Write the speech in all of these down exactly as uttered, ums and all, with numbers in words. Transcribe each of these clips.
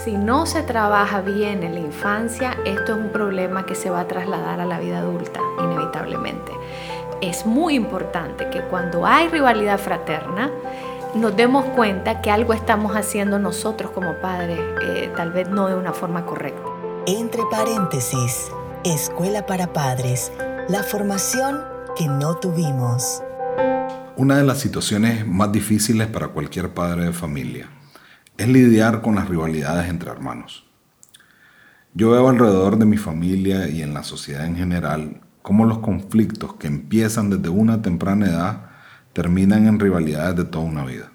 si no se trabaja bien en la infancia, esto es un problema que se va a trasladar a la vida adulta, inevitablemente. Es muy importante que cuando hay rivalidad fraterna, nos demos cuenta que algo estamos haciendo nosotros como padres, eh, tal vez no de una forma correcta. Entre paréntesis, Escuela para Padres, la formación que no tuvimos. Una de las situaciones más difíciles para cualquier padre de familia es lidiar con las rivalidades entre hermanos. Yo veo alrededor de mi familia y en la sociedad en general cómo los conflictos que empiezan desde una temprana edad terminan en rivalidades de toda una vida.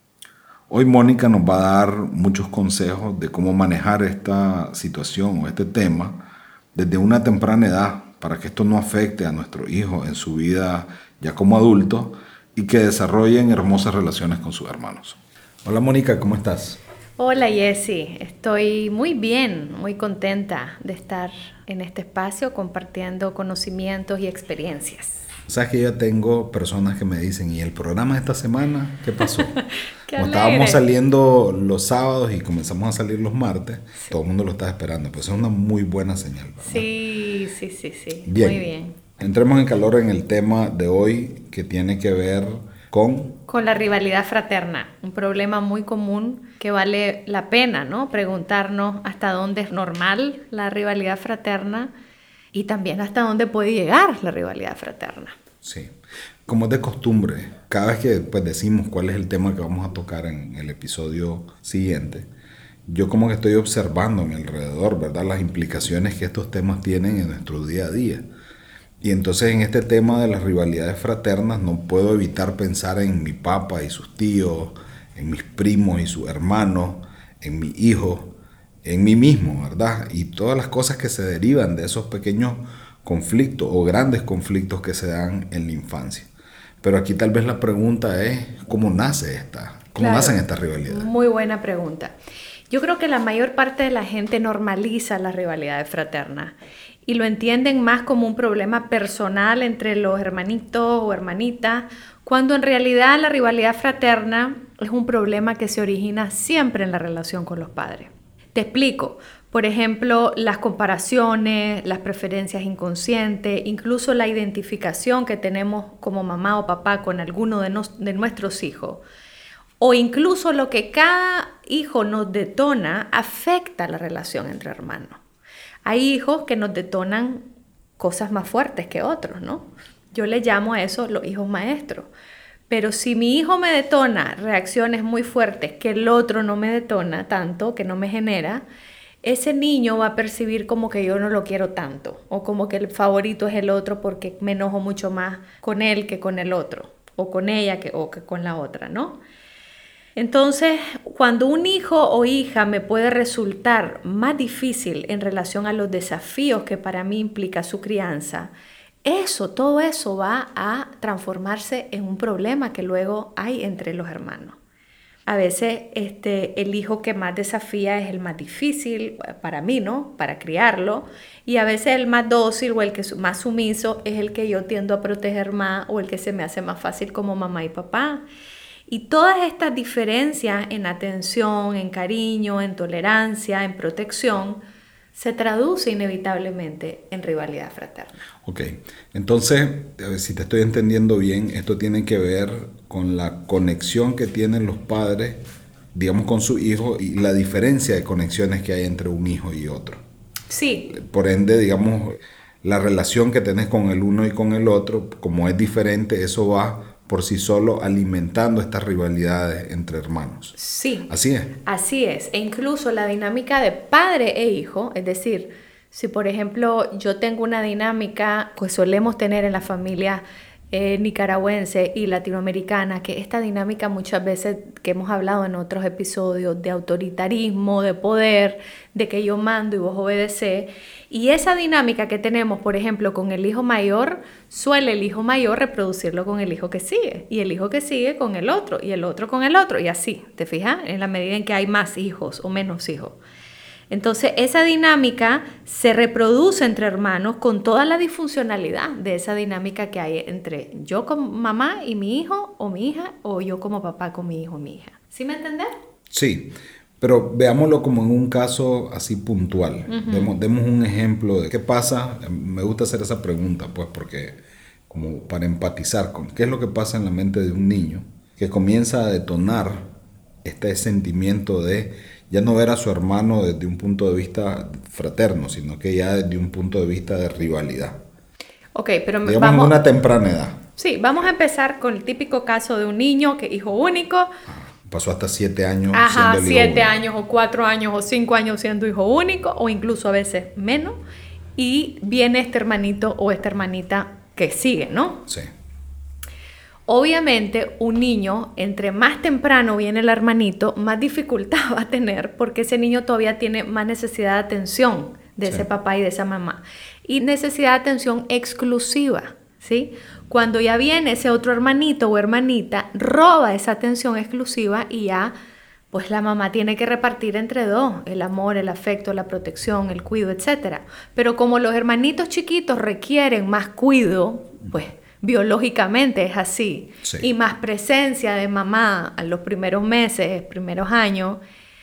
Hoy Mónica nos va a dar muchos consejos de cómo manejar esta situación o este tema desde una temprana edad para que esto no afecte a nuestro hijo en su vida ya como adulto y que desarrollen hermosas relaciones con sus hermanos. Hola Mónica, ¿cómo estás? Hola Jessy, estoy muy bien, muy contenta de estar en este espacio compartiendo conocimientos y experiencias. Sabes que yo tengo personas que me dicen, ¿y el programa de esta semana qué pasó? Qué Como alegre. estábamos saliendo los sábados y comenzamos a salir los martes, sí. Todo el mundo lo está esperando, pues es una muy buena señal, ¿verdad? Sí, sí, sí, sí, bien. Muy bien. Entremos en calor en el tema de hoy que tiene que ver con... Con la rivalidad fraterna, un problema muy común que vale la pena, ¿no? Preguntarnos hasta dónde es normal la rivalidad fraterna y también hasta dónde puede llegar la rivalidad fraterna. Sí, como es de costumbre, cada vez que pues, decimos cuál es el tema que vamos a tocar en el episodio siguiente, yo como que estoy observando a mi alrededor, ¿verdad? Las implicaciones que estos temas tienen en nuestro día a día. Y entonces en este tema de las rivalidades fraternas no puedo evitar pensar en mi papá y sus tíos, en mis primos y sus hermanos, en mi hijo, en mí mismo, ¿verdad? Y todas las cosas que se derivan de esos pequeños conflictos o grandes conflictos que se dan en la infancia. Pero aquí tal vez la pregunta es, ¿cómo nace esta? ¿Cómo Claro, nacen estas rivalidades? Muy buena pregunta. Yo creo que la mayor parte de la gente normaliza las rivalidades fraternas y lo entienden más como un problema personal entre los hermanitos o hermanitas, cuando en realidad la rivalidad fraterna es un problema que se origina siempre en la relación con los padres. Te explico. Por ejemplo, las comparaciones, las preferencias inconscientes, incluso la identificación que tenemos como mamá o papá con alguno de, nos, de nuestros hijos, o incluso lo que cada hijo nos detona afecta la relación entre hermanos. Hay hijos que nos detonan cosas más fuertes que otros, ¿no? Yo le llamo a eso los hijos maestros. Pero si mi hijo me detona reacciones muy fuertes que el otro no me detona tanto, que no me genera, ese niño va a percibir como que yo no lo quiero tanto o como que el favorito es el otro porque me enojo mucho más con él que con el otro o con ella que, o que con la otra, ¿no? Entonces, cuando un hijo o hija me puede resultar más difícil en relación a los desafíos que para mí implica su crianza, eso, todo eso va a transformarse en un problema que luego hay entre los hermanos. A veces este, el hijo que más desafía es el más difícil para mí, ¿no? Para criarlo. Y a veces el más dócil o el que es más sumiso es el que yo tiendo a proteger más o el que se me hace más fácil como mamá y papá. Y todas estas diferencias en atención, en cariño, en tolerancia, en protección, se traduce inevitablemente en rivalidad fraterna. Ok, entonces, si te estoy entendiendo bien, esto tiene que ver con la conexión que tienen los padres, digamos, con su hijo y la diferencia de conexiones que hay entre un hijo y otro. Sí. Por ende, digamos, la relación que tenés con el uno y con el otro, como es diferente, eso va por sí solo alimentando estas rivalidades entre hermanos. Sí. Así es. Así es. E incluso la dinámica de padre e hijo, es decir, si por ejemplo yo tengo una dinámica que solemos tener en la familia eh, nicaragüense y latinoamericana, que esta dinámica muchas veces que hemos hablado en otros episodios de autoritarismo, de poder, de que yo mando y vos obedecés, y esa dinámica que tenemos, por ejemplo, con el hijo mayor, suele el hijo mayor reproducirlo con el hijo que sigue, y el hijo que sigue con el otro, y el otro con el otro, y así, ¿te fijas? En la medida en que hay más hijos o menos hijos. Entonces, esa dinámica se reproduce entre hermanos con toda la disfuncionalidad de esa dinámica que hay entre yo como mamá y mi hijo o mi hija, o yo como papá con mi hijo o mi hija. ¿Sí me entendés? Sí. Pero veámoslo como en un caso así puntual. Uh-huh. Demos, demos un ejemplo de qué pasa. Me gusta hacer esa pregunta, pues, porque como para empatizar con qué es lo que pasa en la mente de un niño que comienza a detonar este sentimiento de ya no ver a su hermano desde un punto de vista fraterno, sino que ya desde un punto de vista de rivalidad. Ok, pero digamos vamos... en una temprana edad. Sí, vamos a empezar con el típico caso de un niño que es hijo único. Ah, pasó hasta siete años Ajá, siendo el hijo siete único. años o cuatro años o cinco años siendo hijo único o incluso a veces menos. Y viene este hermanito o esta hermanita que sigue, ¿no? Sí. Obviamente, un niño, entre más temprano viene el hermanito, más dificultad va a tener porque ese niño todavía tiene más necesidad de atención de Sí. ese papá y de esa mamá. Y necesidad de atención exclusiva, ¿sí? Cuando ya viene ese otro hermanito o hermanita, roba esa atención exclusiva y ya, pues la mamá tiene que repartir entre dos, el amor, el afecto, la protección, el cuidado, etcétera. Pero como los hermanitos chiquitos requieren más cuidado, pues biológicamente es así, Sí. y más presencia de mamá en los primeros meses, primeros años,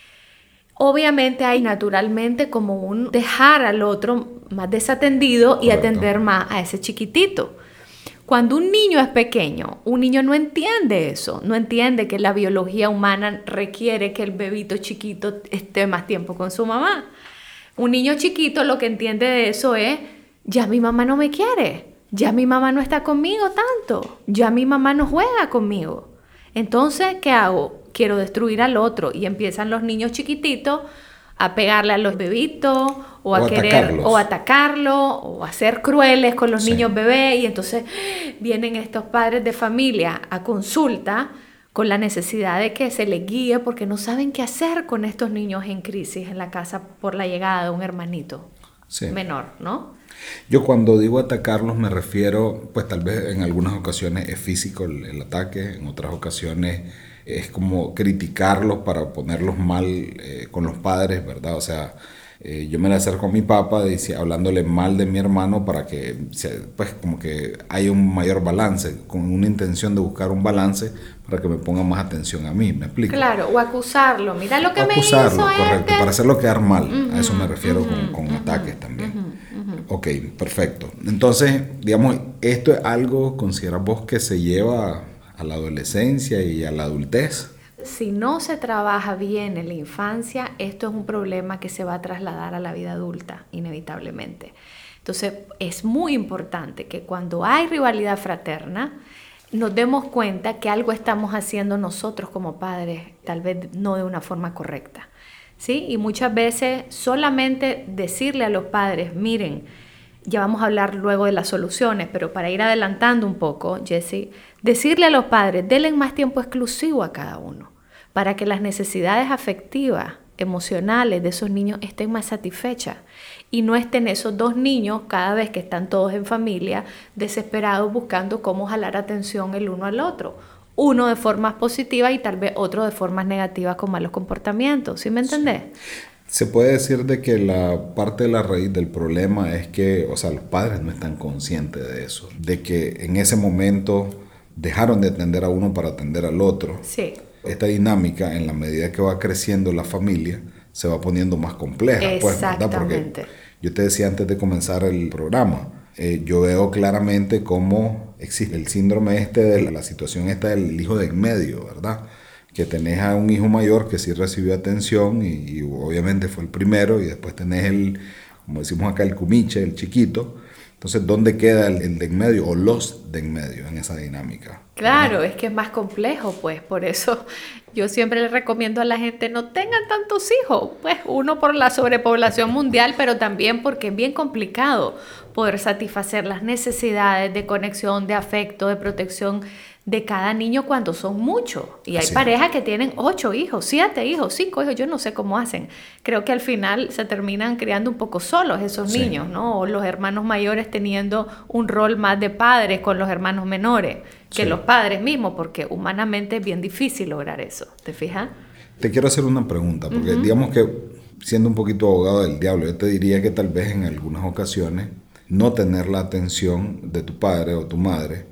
obviamente hay naturalmente como un dejar al otro más desatendido. Correcto. Y atender más a ese chiquitito. Cuando un niño es pequeño, un niño no entiende eso, no entiende que la biología humana requiere que el bebito chiquito esté más tiempo con su mamá. Un niño chiquito lo que entiende de eso es, ya mi mamá no me quiere. Ya mi mamá no está conmigo tanto, ya mi mamá no juega conmigo. Entonces, ¿qué hago? Quiero destruir al otro y empiezan los niños chiquititos a pegarle a los bebitos o a O querer atacarlos. o atacarlo o a ser crueles con los Sí. niños bebés y entonces vienen estos padres de familia a consulta con la necesidad de que se les guíe porque no saben qué hacer con estos niños en crisis en la casa por la llegada de un hermanito Sí. menor, ¿no? Yo cuando digo atacarlos me refiero, pues tal vez en algunas ocasiones es físico el, el ataque, en otras ocasiones es como criticarlos para ponerlos mal eh, con los padres, ¿verdad? O sea, eh, yo me le acerco a mi papá dice, hablándole mal de mi hermano para que, se, pues como que haya un mayor balance, con una intención de buscar un balance para que me ponga más atención a mí, ¿me explico? Claro, o acusarlo, mira lo que me hizo Acusarlo, correcto, este. para hacerlo quedar mal, Uh-huh, a eso me refiero uh-huh, con, con uh-huh, ataques también. uh-huh, uh-huh. Ok, perfecto. Entonces, digamos, ¿esto es algo, consideras vos, que se lleva a la adolescencia y a la adultez? Si no se trabaja bien en la infancia, esto es un problema que se va a trasladar a la vida adulta, inevitablemente. Entonces, es muy importante que cuando hay rivalidad fraterna, nos demos cuenta que algo estamos haciendo nosotros como padres, tal vez no de una forma correcta, ¿sí? Y muchas veces solamente decirle a los padres, miren, ya vamos a hablar luego de las soluciones, pero para ir adelantando un poco, Jessie, decirle a los padres, denle más tiempo exclusivo a cada uno, para que las necesidades afectivas, emocionales de esos niños estén más satisfechas y no estén esos dos niños cada vez que están todos en familia desesperados buscando cómo jalar atención el uno al otro. Uno de formas positivas y tal vez otro de formas negativas con malos comportamientos. ¿Sí me entendés? Sí. Se puede decir de que la parte de la raíz del problema es que, o sea, los padres no están conscientes de eso, de que en ese momento dejaron de atender a uno para atender al otro. Sí. Esta dinámica, en la medida que va creciendo la familia, se va poniendo más compleja. Exactamente. Pues, ¿verdad? Porque yo te decía antes de comenzar el programa, eh, yo veo claramente cómo existe el síndrome este de la situación esta del hijo de en medio, ¿verdad? Que tenés a un hijo mayor que sí recibió atención y, y obviamente fue el primero, y después tenés el, como decimos acá, el cumiche, el chiquito. Entonces, ¿dónde queda el, el de en medio o los de en medio en esa dinámica? Claro, ¿verdad? Es que es más complejo, pues, por eso yo siempre le recomiendo a la gente no tengan tantos hijos, pues uno por la sobrepoblación mundial, pero también porque es bien complicado poder satisfacer las necesidades de conexión, de afecto, de protección de cada niño cuando son muchos. Y hay Así parejas es. que tienen ocho hijos, siete hijos, cinco hijos, yo no sé cómo hacen. Creo que al final se terminan criando un poco solos esos Sí. niños, ¿no? O los hermanos mayores teniendo un rol más de padres con los hermanos menores que Sí. los padres mismos, porque humanamente es bien difícil lograr eso. ¿Te fijas? Te quiero hacer una pregunta, porque uh-huh. digamos que siendo un poquito abogado del diablo, yo te diría que tal vez en algunas ocasiones no tener la atención de tu padre o tu madre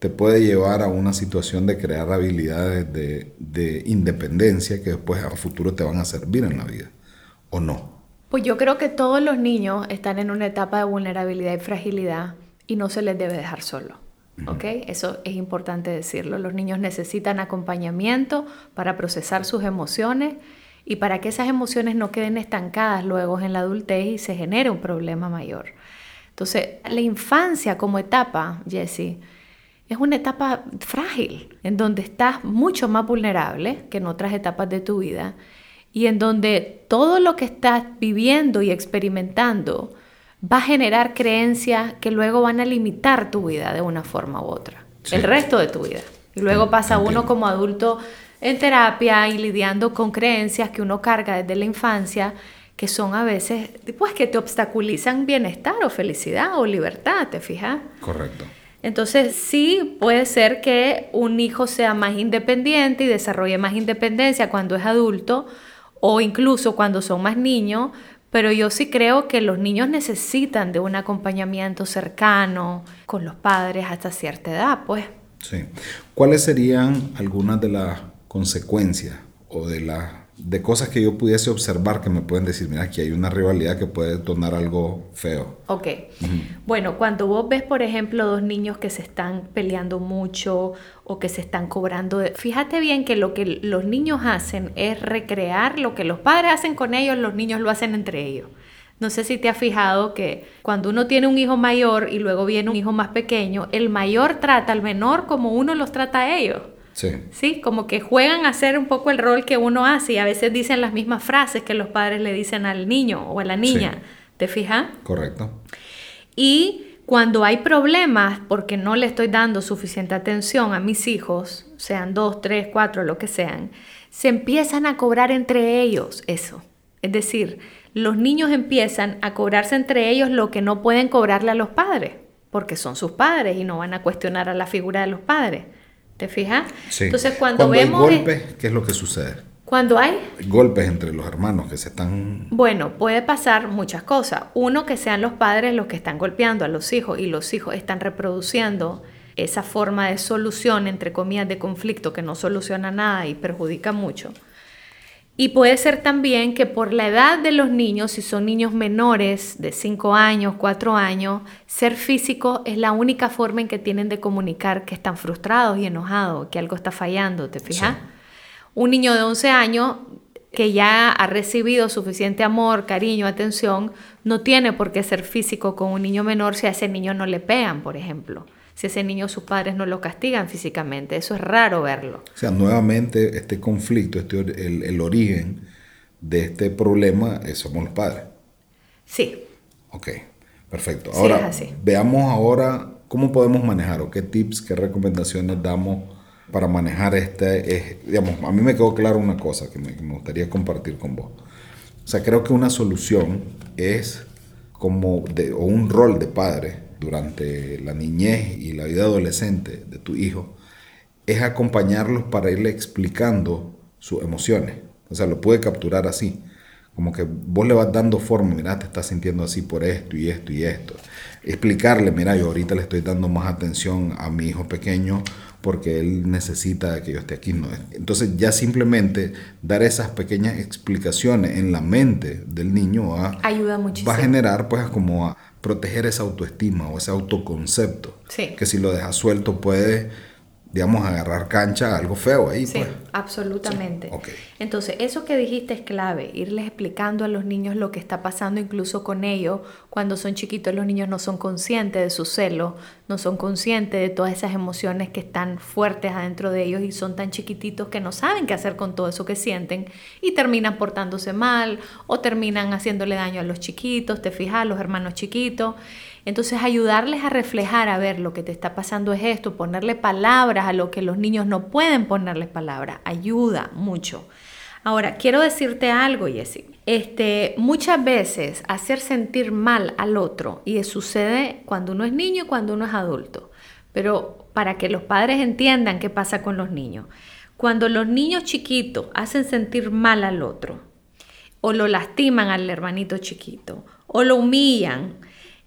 te puede llevar a una situación de crear habilidades de, de independencia que después a futuro te van a servir en la vida, ¿o no? Pues yo creo que todos los niños están en una etapa de vulnerabilidad y fragilidad y no se les debe dejar solo, ¿ok? Uh-huh. Eso es importante decirlo. Los niños necesitan acompañamiento para procesar sus emociones y para que esas emociones no queden estancadas luego en la adultez y se genere un problema mayor. Entonces, la infancia como etapa, Jessie, es una etapa frágil, en donde estás mucho más vulnerable que en otras etapas de tu vida y en donde todo lo que estás viviendo y experimentando va a generar creencias que luego van a limitar tu vida de una forma u otra, sí. El resto de tu vida. Y luego pasa Entiendo. Uno como adulto en terapia y lidiando con creencias que uno carga desde la infancia, que son a veces, pues, que te obstaculizan bienestar o felicidad o libertad, ¿te fijas? Correcto. Entonces sí puede ser que un hijo sea más independiente y desarrolle más independencia cuando es adulto o incluso cuando son más niños, pero yo sí creo que los niños necesitan de un acompañamiento cercano con los padres hasta cierta edad, pues. Sí. ¿Cuáles serían algunas de las consecuencias o de las de cosas que yo pudiese observar que me pueden decir, mira, aquí hay una rivalidad que puede tornar algo feo? Ok. Uh-huh. Bueno, cuando vos ves, por ejemplo, dos niños que se están peleando mucho o que se están cobrando, de... fíjate bien que lo que los niños hacen es recrear lo que los padres hacen con ellos, los niños lo hacen entre ellos. No sé si te has fijado que cuando uno tiene un hijo mayor y luego viene un hijo más pequeño, el mayor trata al menor como uno los trata a ellos. Sí. Sí, como que juegan a hacer un poco el rol que uno hace y a veces dicen las mismas frases que los padres le dicen al niño o a la niña. Sí. ¿Te fijas? Correcto. Y cuando hay problemas porque no le estoy dando suficiente atención a mis hijos, sean dos, tres, cuatro, lo que sean, se empiezan a cobrar entre ellos eso. Es decir, los niños empiezan a cobrarse entre ellos lo que no pueden cobrarle a los padres, porque son sus padres y no van a cuestionar a la figura de los padres. ¿Te fijas? Sí. Entonces, cuando, cuando vemos... hay golpes, ¿qué es lo que sucede? Cuando hay... golpes entre los hermanos que se están... Bueno, puede pasar muchas cosas. Uno, que sean los padres los que están golpeando a los hijos y los hijos están reproduciendo esa forma de solución, entre comillas, de conflicto que no soluciona nada y perjudica mucho. Y puede ser también que por la edad de los niños, si son niños menores de cinco años, cuatro años, ser físico es la única forma en que tienen de comunicar que están frustrados y enojados, que algo está fallando, ¿te fijas? Sí. Un niño de once años que ya ha recibido suficiente amor, cariño, atención, no tiene por qué ser físico con un niño menor si a ese niño no le pegan, por ejemplo. Si ese niño sus padres no lo castigan físicamente. Eso es raro verlo. O sea, nuevamente este conflicto, este, el, el origen de este problema eh, somos los padres. Sí. Ok, perfecto. Ahora, sí, es así. Veamos ahora cómo podemos manejar o qué tips, qué recomendaciones damos para manejar este, eh, digamos, a mí me quedó claro una cosa que me, que me gustaría compartir con vos. O sea, creo que una solución es como, de, o un rol de padre durante la niñez y la vida adolescente de tu hijo, es acompañarlos para irle explicando sus emociones. O sea, lo puede capturar así. Como que vos le vas dando forma, mira, te estás sintiendo así por esto y esto y esto. Explicarle, mira, yo ahorita le estoy dando más atención a mi hijo pequeño porque él necesita que yo esté aquí. Entonces ya simplemente dar esas pequeñas explicaciones en la mente del niño va, ayuda muchísimo. Va a generar pues como a proteger esa autoestima o ese autoconcepto. Sí. Que si lo dejas suelto puede, digamos, agarrar cancha a algo feo ahí. Sí, pues. absolutamente. Sí. Okay. Entonces, eso que dijiste es clave, irles explicando a los niños lo que está pasando incluso con ellos. Cuando son chiquitos, los niños no son conscientes de su celo, no son conscientes de todas esas emociones que están fuertes adentro de ellos y son tan chiquititos que no saben qué hacer con todo eso que sienten y terminan portándose mal o terminan haciéndole daño a los chiquitos, te fijas, a los hermanos chiquitos. Entonces, ayudarles a reflejar, a ver, lo que te está pasando es esto, ponerle palabras a lo que los niños no pueden ponerle palabras, ayuda mucho. Ahora, quiero decirte algo, Jessie. Este, muchas veces hacer sentir mal al otro, y sucede cuando uno es niño y cuando uno es adulto, pero para que los padres entiendan qué pasa con los niños. Cuando los niños chiquitos hacen sentir mal al otro, o lo lastiman al hermanito chiquito, o lo humillan,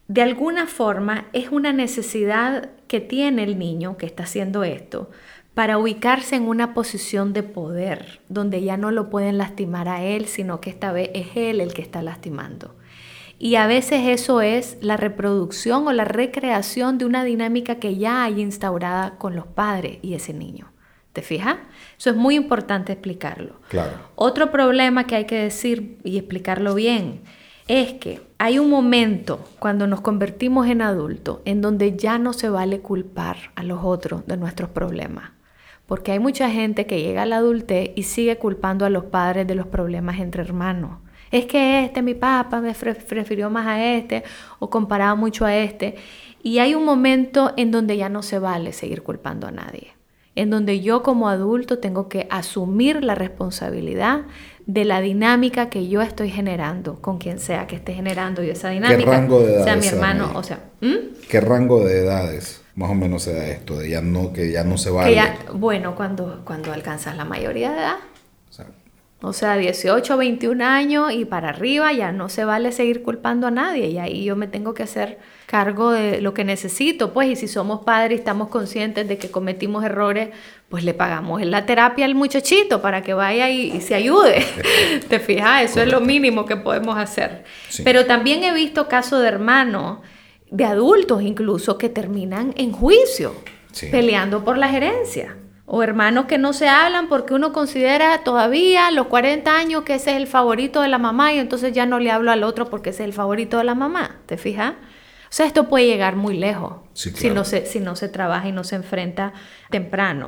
de alguna forma es una necesidad que tiene el niño que está haciendo esto para ubicarse en una posición de poder, donde ya no lo pueden lastimar a él, sino que esta vez es él el que está lastimando. Y a veces eso es la reproducción o la recreación de una dinámica que ya hay instaurada con los padres y ese niño. ¿Te fijas? Eso es muy importante explicarlo. Claro. Otro problema que hay que decir y explicarlo bien es que hay un momento cuando nos convertimos en adultos en donde ya no se vale culpar a los otros de nuestros problemas. Porque hay mucha gente que llega a la adultez y sigue culpando a los padres de los problemas entre hermanos. Es que este, mi papá, me prefirió más a este o comparaba mucho a este. Y hay un momento en donde ya no se vale seguir culpando a nadie. En donde yo como adulto tengo que asumir la responsabilidad de la dinámica que yo estoy generando con quien sea que esté generando yo esa dinámica. ¿Qué rango de edades sea mi hermano, hay? o sea, ¿hmm? ¿Qué rango de edades más o menos se da esto? De ya no, que ya no se vale. Que ya, bueno, cuando, cuando alcanzas la mayoría de edad. O sea, O sea, dieciocho, veintiún años y para arriba ya no se vale seguir culpando a nadie. Y ahí yo me tengo que hacer cargo de lo que necesito. Pues, y si somos padres y estamos conscientes de que cometimos errores, pues le pagamos en la terapia al muchachito para que vaya y, y se ayude. ¿Te fijas? Eso Correcto. Es lo mínimo que podemos hacer. Sí. Pero también he visto casos de hermanos, de adultos incluso, que terminan en juicio, sí. peleando por la herencia. O hermanos que no se hablan porque uno considera todavía los cuarenta años que ese es el favorito de la mamá y entonces ya no le hablo al otro porque ese es el favorito de la mamá. ¿Te fijas? O sea, esto puede llegar muy lejos sí, claro. si, no se, si no se trabaja y no se enfrenta temprano.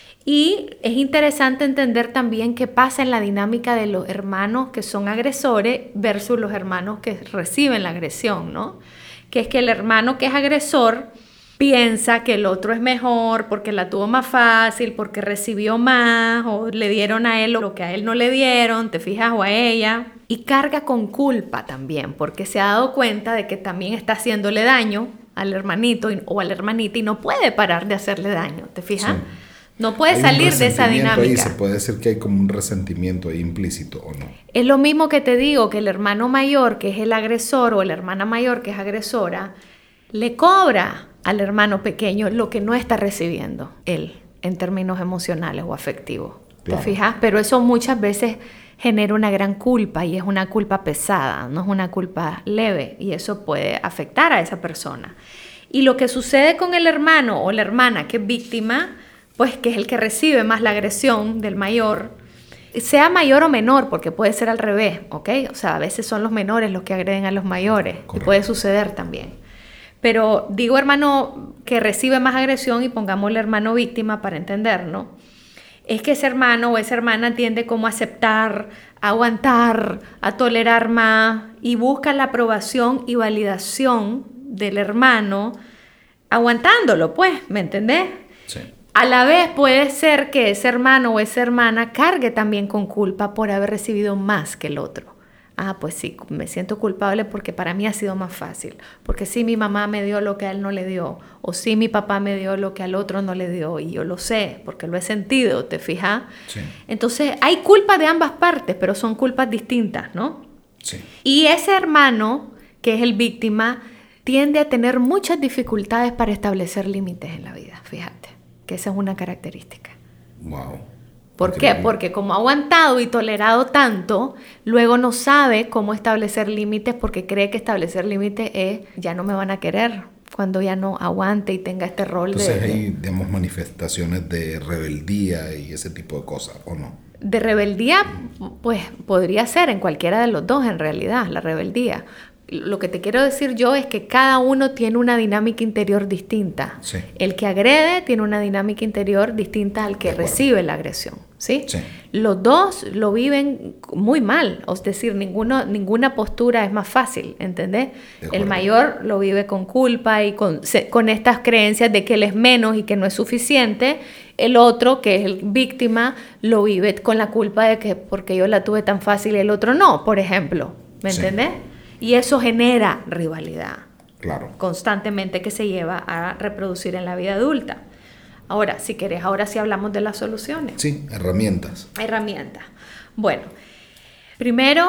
Y es interesante entender también qué pasa en la dinámica de los hermanos que son agresores versus los hermanos que reciben la agresión, ¿no? Que es que el hermano que es agresor piensa que el otro es mejor porque la tuvo más fácil, porque recibió más o le dieron a él lo que a él no le dieron, te fijas, o a ella. Y carga con culpa también porque se ha dado cuenta de que también está haciéndole daño al hermanito o a la hermanita y no puede parar de hacerle daño, ¿te fijas? Sí. No puede hay salir de esa dinámica. Ahí se puede decir que hay como un resentimiento ahí implícito, ¿o no? Es lo mismo que te digo, que el hermano mayor, que es el agresor, o la hermana mayor, que es agresora, le cobra al hermano pequeño lo que no está recibiendo él en términos emocionales o afectivos. Claro. ¿Te fijas? Pero eso muchas veces genera una gran culpa y es una culpa pesada, no es una culpa leve y eso puede afectar a esa persona. Y lo que sucede con el hermano o la hermana que es víctima, pues que es el que recibe más la agresión del mayor, sea mayor o menor, porque puede ser al revés, ¿ok? O sea, a veces son los menores los que agreden a los mayores. Correcto. Y puede suceder también. Pero digo hermano que recibe más agresión y pongámosle hermano víctima para entender, ¿no? Es que ese hermano o esa hermana tiende como a aceptar, a aguantar, a tolerar más y busca la aprobación y validación del hermano aguantándolo, pues, ¿me entendés? Sí. A la vez puede ser que ese hermano o esa hermana cargue también con culpa por haber recibido más que el otro. Ah, pues sí, me siento culpable porque para mí ha sido más fácil. Porque sí, mi mamá me dio lo que a él no le dio. O sí, mi papá me dio lo que al otro no le dio. Y yo lo sé, porque lo he sentido, ¿te fijas? Sí. Entonces, hay culpa de ambas partes, pero son culpas distintas, ¿no? Sí. Y ese hermano, que es el víctima, tiende a tener muchas dificultades para establecer límites en la vida. Fíjate, que esa es una característica. Wow. ¿Por qué? Porque como ha aguantado y tolerado tanto, luego no sabe cómo establecer límites porque cree que establecer límites es ya no me van a querer cuando ya no aguante y tenga este rol. Entonces de... Entonces hay, digamos, manifestaciones de rebeldía y ese tipo de cosas, ¿o no? De rebeldía, pues podría ser en cualquiera de los dos en realidad, la rebeldía. Lo que te quiero decir yo es que cada uno tiene una dinámica interior distinta. Sí. El que agrede tiene una dinámica interior distinta al que recibe la agresión, ¿sí? Sí. Los dos lo viven muy mal, es decir, ninguno, ninguna postura es más fácil, ¿entendés? El mayor lo vive con culpa y con, con estas creencias de que él es menos y que no es suficiente. El otro, que es el víctima, lo vive con la culpa de que porque yo la tuve tan fácil y el otro no, por ejemplo, ¿me sí. entendés? Y eso genera rivalidad. Claro. Constantemente que se lleva a reproducir en la vida adulta. Ahora, si querés, ahora sí hablamos de las soluciones. Sí, herramientas. Herramientas. Bueno, primero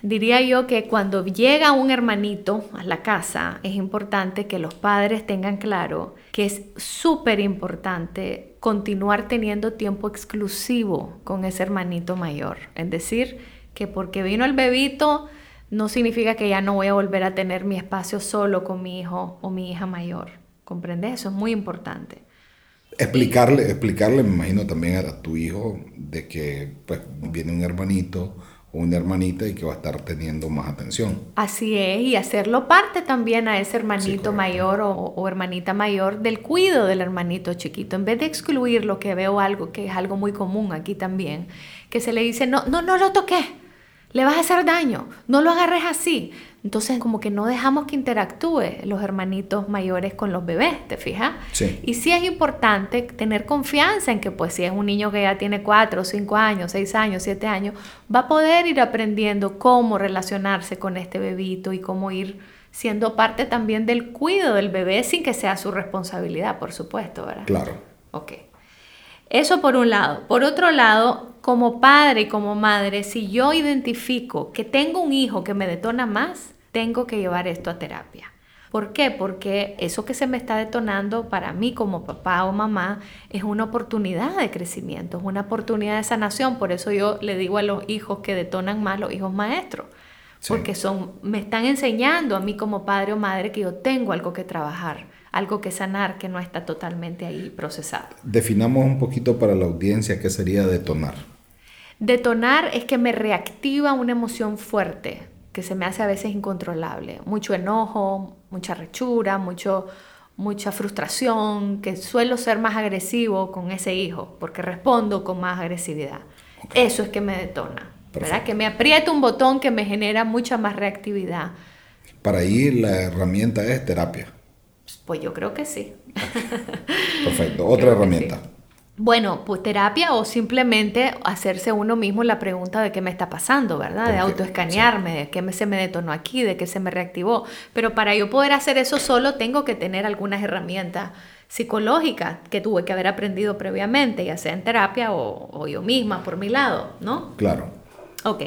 diría yo que cuando llega un hermanito a la casa, es importante que los padres tengan claro que es súper importante continuar teniendo tiempo exclusivo con ese hermanito mayor. Es decir, que porque vino el bebito, no significa que ya no voy a volver a tener mi espacio solo con mi hijo o mi hija mayor. ¿Comprendes? Eso es muy importante. Explicarle, explicarle, me imagino, también a tu hijo de que pues, viene un hermanito o una hermanita y que va a estar teniendo más atención. Así es, y hacerlo parte también a ese hermanito Sí, mayor o, o hermanita mayor del cuidado del hermanito chiquito, en vez de excluirlo, que veo algo que es algo muy común aquí también, que se le dice, no, no, no lo toques, le vas a hacer daño, no lo agarres así. Entonces como que no dejamos que interactúe los hermanitos mayores con los bebés, ¿te fijas? Sí. Y sí es importante tener confianza en que pues si es un niño que ya tiene cuatro, cinco años, seis años, siete años, va a poder ir aprendiendo cómo relacionarse con este bebito y cómo ir siendo parte también del cuidado del bebé sin que sea su responsabilidad, por supuesto, ¿verdad? Claro. Ok. Eso por un lado. Por otro lado, como padre y como madre, si yo identifico que tengo un hijo que me detona más, tengo que llevar esto a terapia. ¿Por qué? Porque eso que se me está detonando para mí como papá o mamá es una oportunidad de crecimiento, es una oportunidad de sanación. Por eso yo le digo a los hijos que detonan más, los hijos maestros. Sí. Porque son, me están enseñando a mí como padre o madre que yo tengo algo que trabajar, algo que sanar que no está totalmente ahí procesado. Definamos un poquito para la audiencia qué sería detonar. Detonar es que me reactiva una emoción fuerte que se me hace a veces incontrolable. Mucho enojo, mucha rechura, mucho, mucha frustración, que suelo ser más agresivo con ese hijo porque respondo con más agresividad. Okay. Eso es que me detona, ¿verdad? Que me aprieta un botón que me genera mucha más reactividad. Para ahí la herramienta es terapia. Pues yo creo que sí. Perfecto. Otra herramienta. Sí. Bueno, pues terapia o simplemente hacerse uno mismo la pregunta de qué me está pasando, ¿verdad? De autoescanearme, sí. De qué me, se me detonó aquí, de qué se me reactivó. Pero para yo poder hacer eso solo tengo que tener algunas herramientas psicológicas que tuve que haber aprendido previamente, ya sea en terapia o, o yo misma por mi lado, ¿no? Claro. Ok.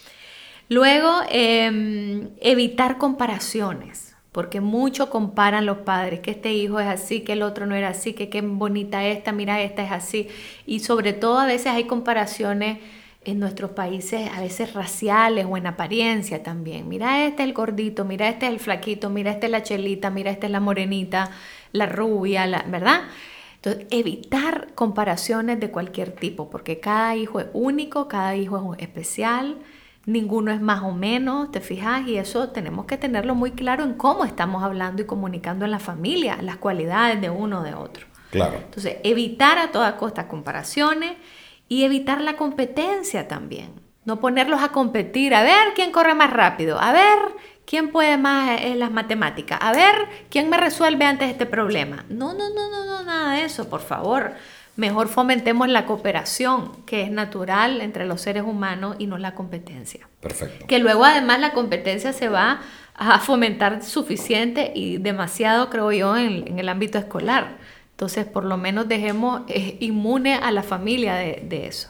Luego, eh, evitar comparaciones. Porque mucho comparan los padres, que este hijo es así, que el otro no era así, que qué bonita esta, mira esta es así. Y sobre todo a veces hay comparaciones en nuestros países, a veces raciales o en apariencia también. Mira este es el gordito, mira este es el flaquito, mira esta es la chelita, mira esta es la morenita, la rubia, la, ¿verdad? Entonces, evitar comparaciones de cualquier tipo, porque cada hijo es único, cada hijo es especial. Ninguno es más o menos, ¿te fijas? Y eso tenemos que tenerlo muy claro en cómo estamos hablando y comunicando en la familia, las cualidades de uno o de otro. Claro. Entonces, evitar a toda costa comparaciones y evitar la competencia también. No ponerlos a competir, a ver quién corre más rápido, a ver quién puede más en las matemáticas, a ver quién me resuelve antes este problema. No, no, no, no, no, nada de eso, por favor. Mejor fomentemos la cooperación, que es natural entre los seres humanos y no la competencia. Perfecto. Que luego además la competencia se va a fomentar suficiente y demasiado, creo yo, en, en el ámbito escolar. Entonces, por lo menos dejemos eh, inmune a la familia de, de eso.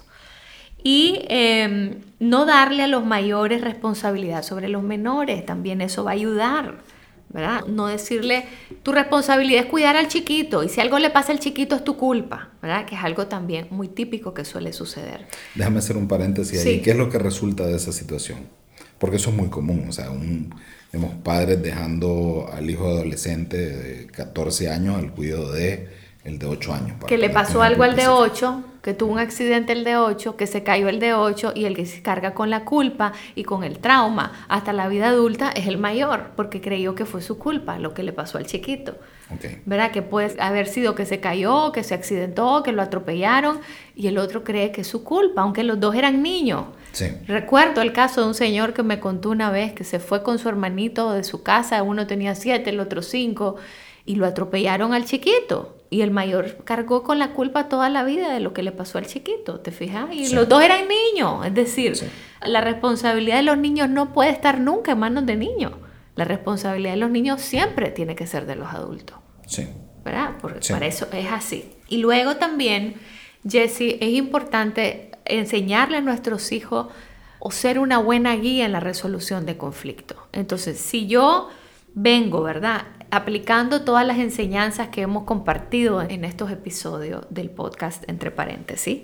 Y eh, no darle a los mayores responsabilidad sobre los menores, también eso va a ayudar, ¿verdad? No decirle, tu responsabilidad es cuidar al chiquito y si algo le pasa al chiquito es tu culpa, ¿verdad? Que es algo también muy típico que suele suceder. Déjame hacer un paréntesis sí. ahí. ¿Qué es lo que resulta de esa situación? Porque eso es muy común, o sea, un, vemos padres dejando al hijo adolescente de catorce años al cuidado de el de ocho años. Que le pasó algo al de ocho, que tuvo un accidente el de ocho, que se cayó el de ocho y el que se carga con la culpa y con el trauma hasta la vida adulta es el mayor, porque creyó que fue su culpa lo que le pasó al chiquito. Okay. ¿Verdad? Que puede haber sido que se cayó, que se accidentó, que lo atropellaron y el otro cree que es su culpa, aunque los dos eran niños. Sí. Recuerdo el caso de un señor que me contó una vez que se fue con su hermanito de su casa, uno tenía siete, el otro cinco, y lo atropellaron al chiquito. Y el mayor cargó con la culpa toda la vida de lo que le pasó al chiquito, ¿te fijas? Y sí. Los dos eran niños, es decir, sí. La responsabilidad de los niños no puede estar nunca en manos de niños. La responsabilidad de los niños siempre tiene que ser de los adultos. Sí. ¿Verdad? Porque sí. Para eso es así. Y luego también, Jessie, es importante enseñarle a nuestros hijos o ser una buena guía en la resolución de conflictos. Entonces, si yo vengo, ¿verdad?, aplicando todas las enseñanzas que hemos compartido en estos episodios del podcast, entre paréntesis,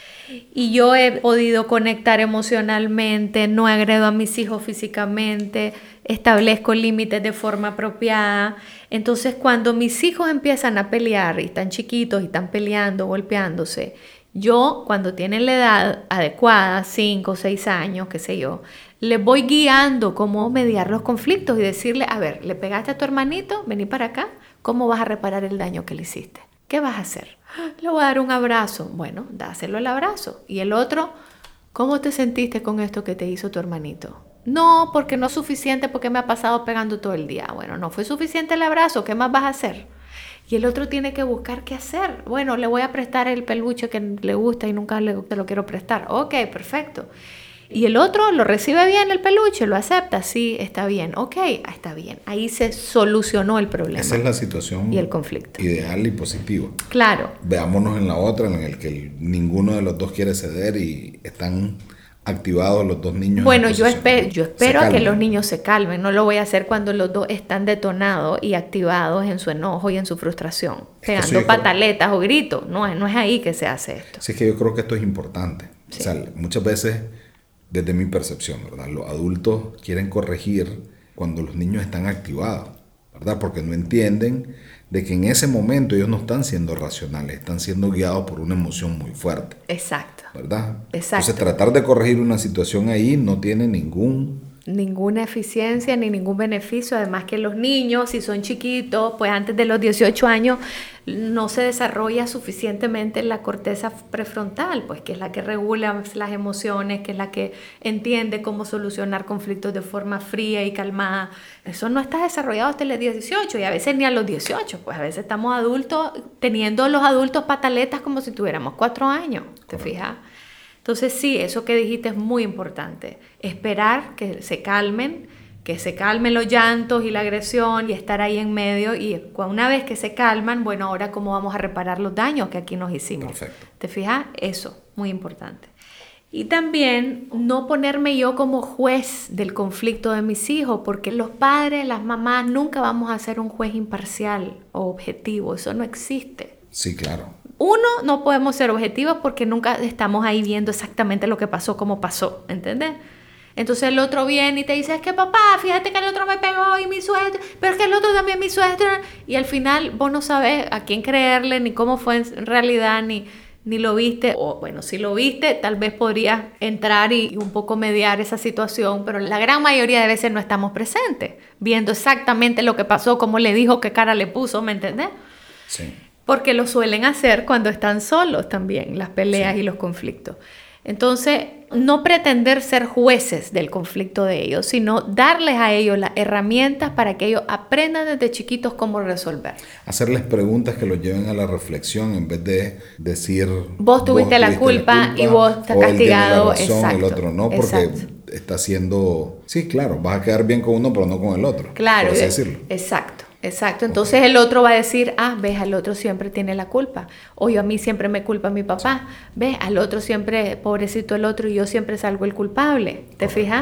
y yo he podido conectar emocionalmente, no agredo a mis hijos físicamente, establezco límites de forma apropiada. Entonces, cuando mis hijos empiezan a pelear y están chiquitos y están peleando, golpeándose, yo, cuando tienen la edad adecuada, cinco o seis años, qué sé yo, les voy guiando cómo mediar los conflictos y decirle, a ver, ¿le pegaste a tu hermanito? Vení para acá. ¿Cómo vas a reparar el daño que le hiciste? ¿Qué vas a hacer? Le voy a dar un abrazo. Bueno, dáselo el abrazo. Y el otro, ¿cómo te sentiste con esto que te hizo tu hermanito? No, porque no es suficiente, porque me ha pasado pegando todo el día. Bueno, no fue suficiente el abrazo. ¿Qué más vas a hacer? Y el otro tiene que buscar qué hacer. Bueno, le voy a prestar el peluche que le gusta y nunca le, te lo quiero prestar. Ok, perfecto. Y el otro lo recibe bien el peluche, lo acepta, sí, está bien, ok, está bien. Ahí se solucionó el problema. Esa es la situación y el conflicto ideal y positiva. Claro. Veámonos en la otra, en el que el, ninguno de los dos quiere ceder y están activados los dos niños. Bueno, yo, espe- yo espero a que los niños se calmen. No lo voy a hacer cuando los dos están detonados y activados en su enojo y en su frustración, pegando pataletas o gritos. No, no es ahí que se hace esto. Sí, es que yo creo que esto es importante. Sí. O sea, muchas veces, desde mi percepción, ¿verdad?, los adultos quieren corregir cuando los niños están activados, ¿verdad? Porque no entienden de que en ese momento ellos no están siendo racionales, están siendo guiados por una emoción muy fuerte. Exacto. ¿Verdad? Exacto. Entonces, tratar de corregir una situación ahí no tiene ningún... ninguna eficiencia ni ningún beneficio. Además que los niños, si son chiquitos, pues antes de los dieciocho años no se desarrolla suficientemente la corteza prefrontal, pues que es la que regula las emociones, que es la que entiende cómo solucionar conflictos de forma fría y calmada. Eso no está desarrollado hasta los dieciocho y a veces ni a los dieciocho, pues a veces estamos adultos teniendo los adultos pataletas como si tuviéramos cuatro años, ¿te fijas? Entonces sí, eso que dijiste es muy importante. Esperar que se calmen, que se calmen los llantos y la agresión y estar ahí en medio. Y una vez que se calman, bueno, ahora cómo vamos a reparar los daños que aquí nos hicimos. Perfecto. ¿Te fijas? Eso, muy importante. Y también no ponerme yo como juez del conflicto de mis hijos, porque los padres, las mamás, nunca vamos a ser un juez imparcial o objetivo. Eso no existe. Sí, claro. Uno, no podemos ser objetivos porque nunca estamos ahí viendo exactamente lo que pasó, cómo pasó, ¿entendés? Entonces el otro viene y te dice, es que papá, fíjate que el otro me pegó y mi suéter, pero es que el otro también mi suéter. Y al final vos no sabes a quién creerle, ni cómo fue en realidad, ni, ni lo viste. O bueno, si lo viste, tal vez podrías entrar y, y un poco mediar esa situación, pero la gran mayoría de veces no estamos presentes, viendo exactamente lo que pasó, cómo le dijo, qué cara le puso, ¿me entendés? Sí. Porque lo suelen hacer cuando están solos también, las peleas sí. y los conflictos. Entonces, no pretender ser jueces del conflicto de ellos, sino darles a ellos las herramientas para que ellos aprendan desde chiquitos cómo resolver. Hacerles preguntas que los lleven a la reflexión en vez de decir... Vos tuviste, vos la, tuviste culpa la culpa y vos estás o castigado. Él tiene la razón, exacto, el otro no, porque exacto. está haciendo... Sí, claro, vas a quedar bien con uno, pero no con el otro. Claro, por así decirlo. Exacto. Exacto, entonces okay. el otro va a decir, ah, ves, al otro siempre tiene la culpa, o yo a mí siempre me culpa mi papá, ves, al otro siempre, pobrecito el otro, y yo siempre salgo el culpable, ¿te okay. fijas?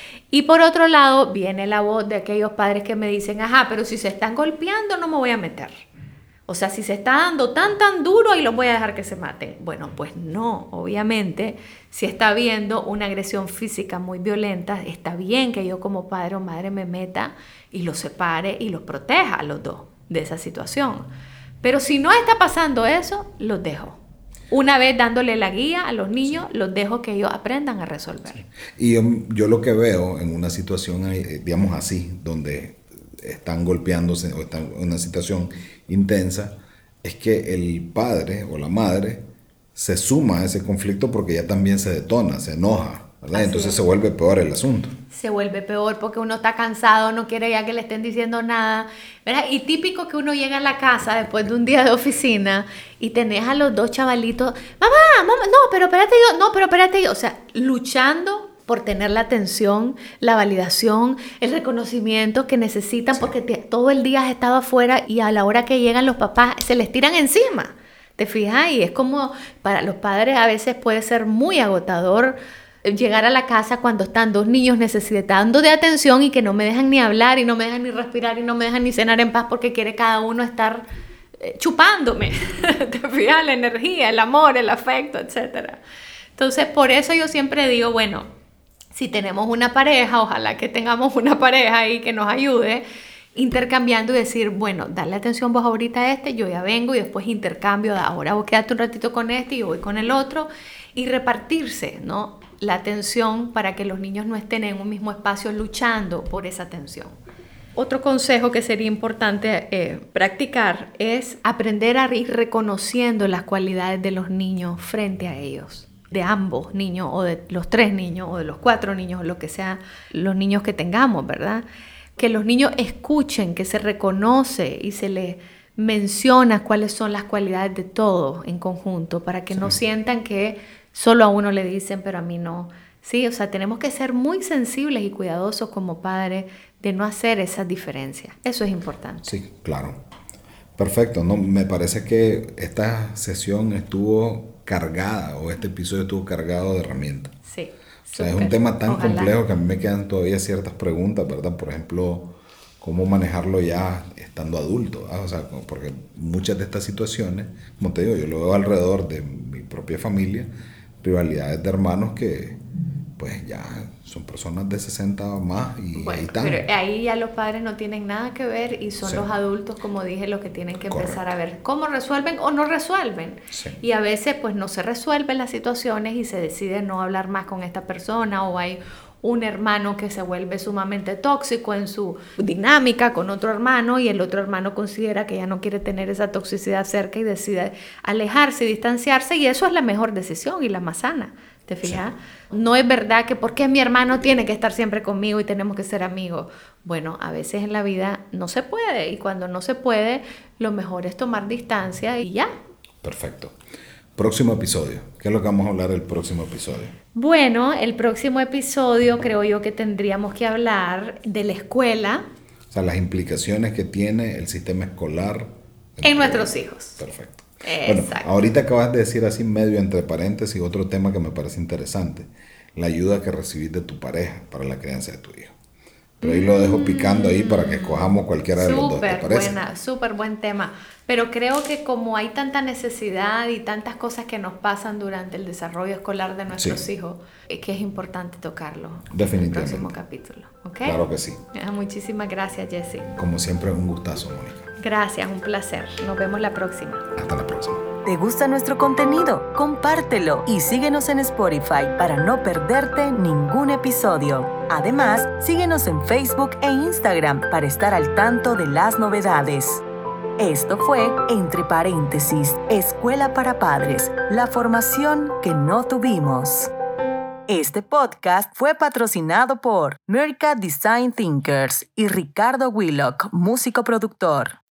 Y por otro lado, viene la voz de aquellos padres que me dicen, ajá, pero si se están golpeando no me voy a meter. O sea, si se está dando tan, tan duro y los voy a dejar que se maten. Bueno, pues no, obviamente, si está habiendo una agresión física muy violenta, está bien que yo como padre o madre me meta y los separe y los proteja a los dos de esa situación. Pero si no está pasando eso, los dejo. Una vez dándole la guía a los niños, los dejo que ellos aprendan a resolver. Sí. Y yo, yo lo que veo en una situación, digamos así, donde están golpeándose o están en una situación intensa, es que el padre o la madre se suma a ese conflicto porque ya también se detona, se enoja, ¿verdad? Así Entonces es. Se vuelve peor el asunto. Se vuelve peor porque uno está cansado, no quiere ya que le estén diciendo nada, ¿verdad? Y típico que uno llega a la casa después de un día de oficina y tenés a los dos chavalitos, mamá, mamá, no, pero espérate yo, no, pero espérate yo, o sea, luchando por tener la atención, la validación, el reconocimiento que necesitan, sí. porque te, todo el día has estado afuera y a la hora que llegan los papás se les tiran encima. ¿Te fijas? Y es como para los padres a veces puede ser muy agotador llegar a la casa cuando están dos niños necesitando de atención y que no me dejan ni hablar y no me dejan ni respirar y no me dejan ni cenar en paz porque quiere cada uno estar eh, chupándome. Te fijas, la energía, el amor, el afecto, etcétera. Entonces, por eso yo siempre digo, bueno, si tenemos una pareja, ojalá que tengamos una pareja ahí que nos ayude, intercambiando y decir, bueno, dale atención vos ahorita a este, yo ya vengo y después intercambio, ahora vos quédate un ratito con este y yo voy con el otro, y repartirse, ¿no?, la atención para que los niños no estén en un mismo espacio luchando por esa atención. Otro consejo que sería importante eh, practicar es aprender a ir reconociendo las cualidades de los niños frente a ellos, de ambos niños o de los tres niños o de los cuatro niños o lo que sea los niños que tengamos, ¿verdad? Que los niños escuchen, que se reconoce y se les menciona cuáles son las cualidades de todos en conjunto para que sí. no sientan que solo a uno le dicen, pero a mí no. Sí, o sea, tenemos que ser muy sensibles y cuidadosos como padres de no hacer esas diferencias. Eso es importante. Sí, claro. Perfecto. No, me parece que esta sesión estuvo cargada, o este episodio estuvo cargado de herramientas. Sí. O sea, es un tema tan Ojalá. complejo que a mí me quedan todavía ciertas preguntas, ¿verdad? Por ejemplo, cómo manejarlo ya estando adulto, ¿verdad? O sea, porque muchas de estas situaciones, como te digo, yo lo veo alrededor de mi propia familia, rivalidades de hermanos que pues ya son personas de sesenta o más y bueno, ahí están. Pero ahí ya los padres no tienen nada que ver y son sí. los adultos, como dije, los que tienen que Correcto. empezar a ver cómo resuelven o no resuelven. Sí. Y a veces pues no se resuelven las situaciones y se decide no hablar más con esta persona, o hay un hermano que se vuelve sumamente tóxico en su dinámica con otro hermano y el otro hermano considera que ya no quiere tener esa toxicidad cerca y decide alejarse y distanciarse, y eso es la mejor decisión y la más sana. ¿Te fijas? Sí. No es verdad que porque mi hermano tiene que estar siempre conmigo y tenemos que ser amigos. Bueno, a veces en la vida no se puede, y cuando no se puede, lo mejor es tomar distancia y ya. Perfecto. Próximo episodio. ¿Qué es lo que vamos a hablar el próximo episodio? Bueno, el próximo episodio creo yo que tendríamos que hablar de la escuela. O sea, las implicaciones que tiene el sistema escolar en, en nuestros hijos. Perfecto. Exacto. Bueno, ahorita acabas de decir así medio entre paréntesis otro tema que me parece interesante: la ayuda que recibís de tu pareja para la crianza de tu hijo. Pero ahí lo dejo picando ahí para que escojamos cualquiera de los dos, ¿te parece? Buena, súper buen tema. Pero creo que como hay tanta necesidad y tantas cosas que nos pasan durante el desarrollo escolar de nuestros sí. hijos, es que es importante tocarlo. Definitivamente. En el próximo capítulo. ¿Okay? Claro que sí. Muchísimas gracias, Jessy. Como siempre, un gustazo, Mónica. Gracias, un placer. Nos vemos la próxima. Hasta la próxima. ¿Te gusta nuestro contenido? Compártelo y síguenos en Spotify para no perderte ningún episodio. Además, síguenos en Facebook e Instagram para estar al tanto de las novedades. Esto fue Entre Paréntesis, Escuela para Padres, la formación que no tuvimos. Este podcast fue patrocinado por Merca Design Thinkers y Ricardo Willock, músico productor.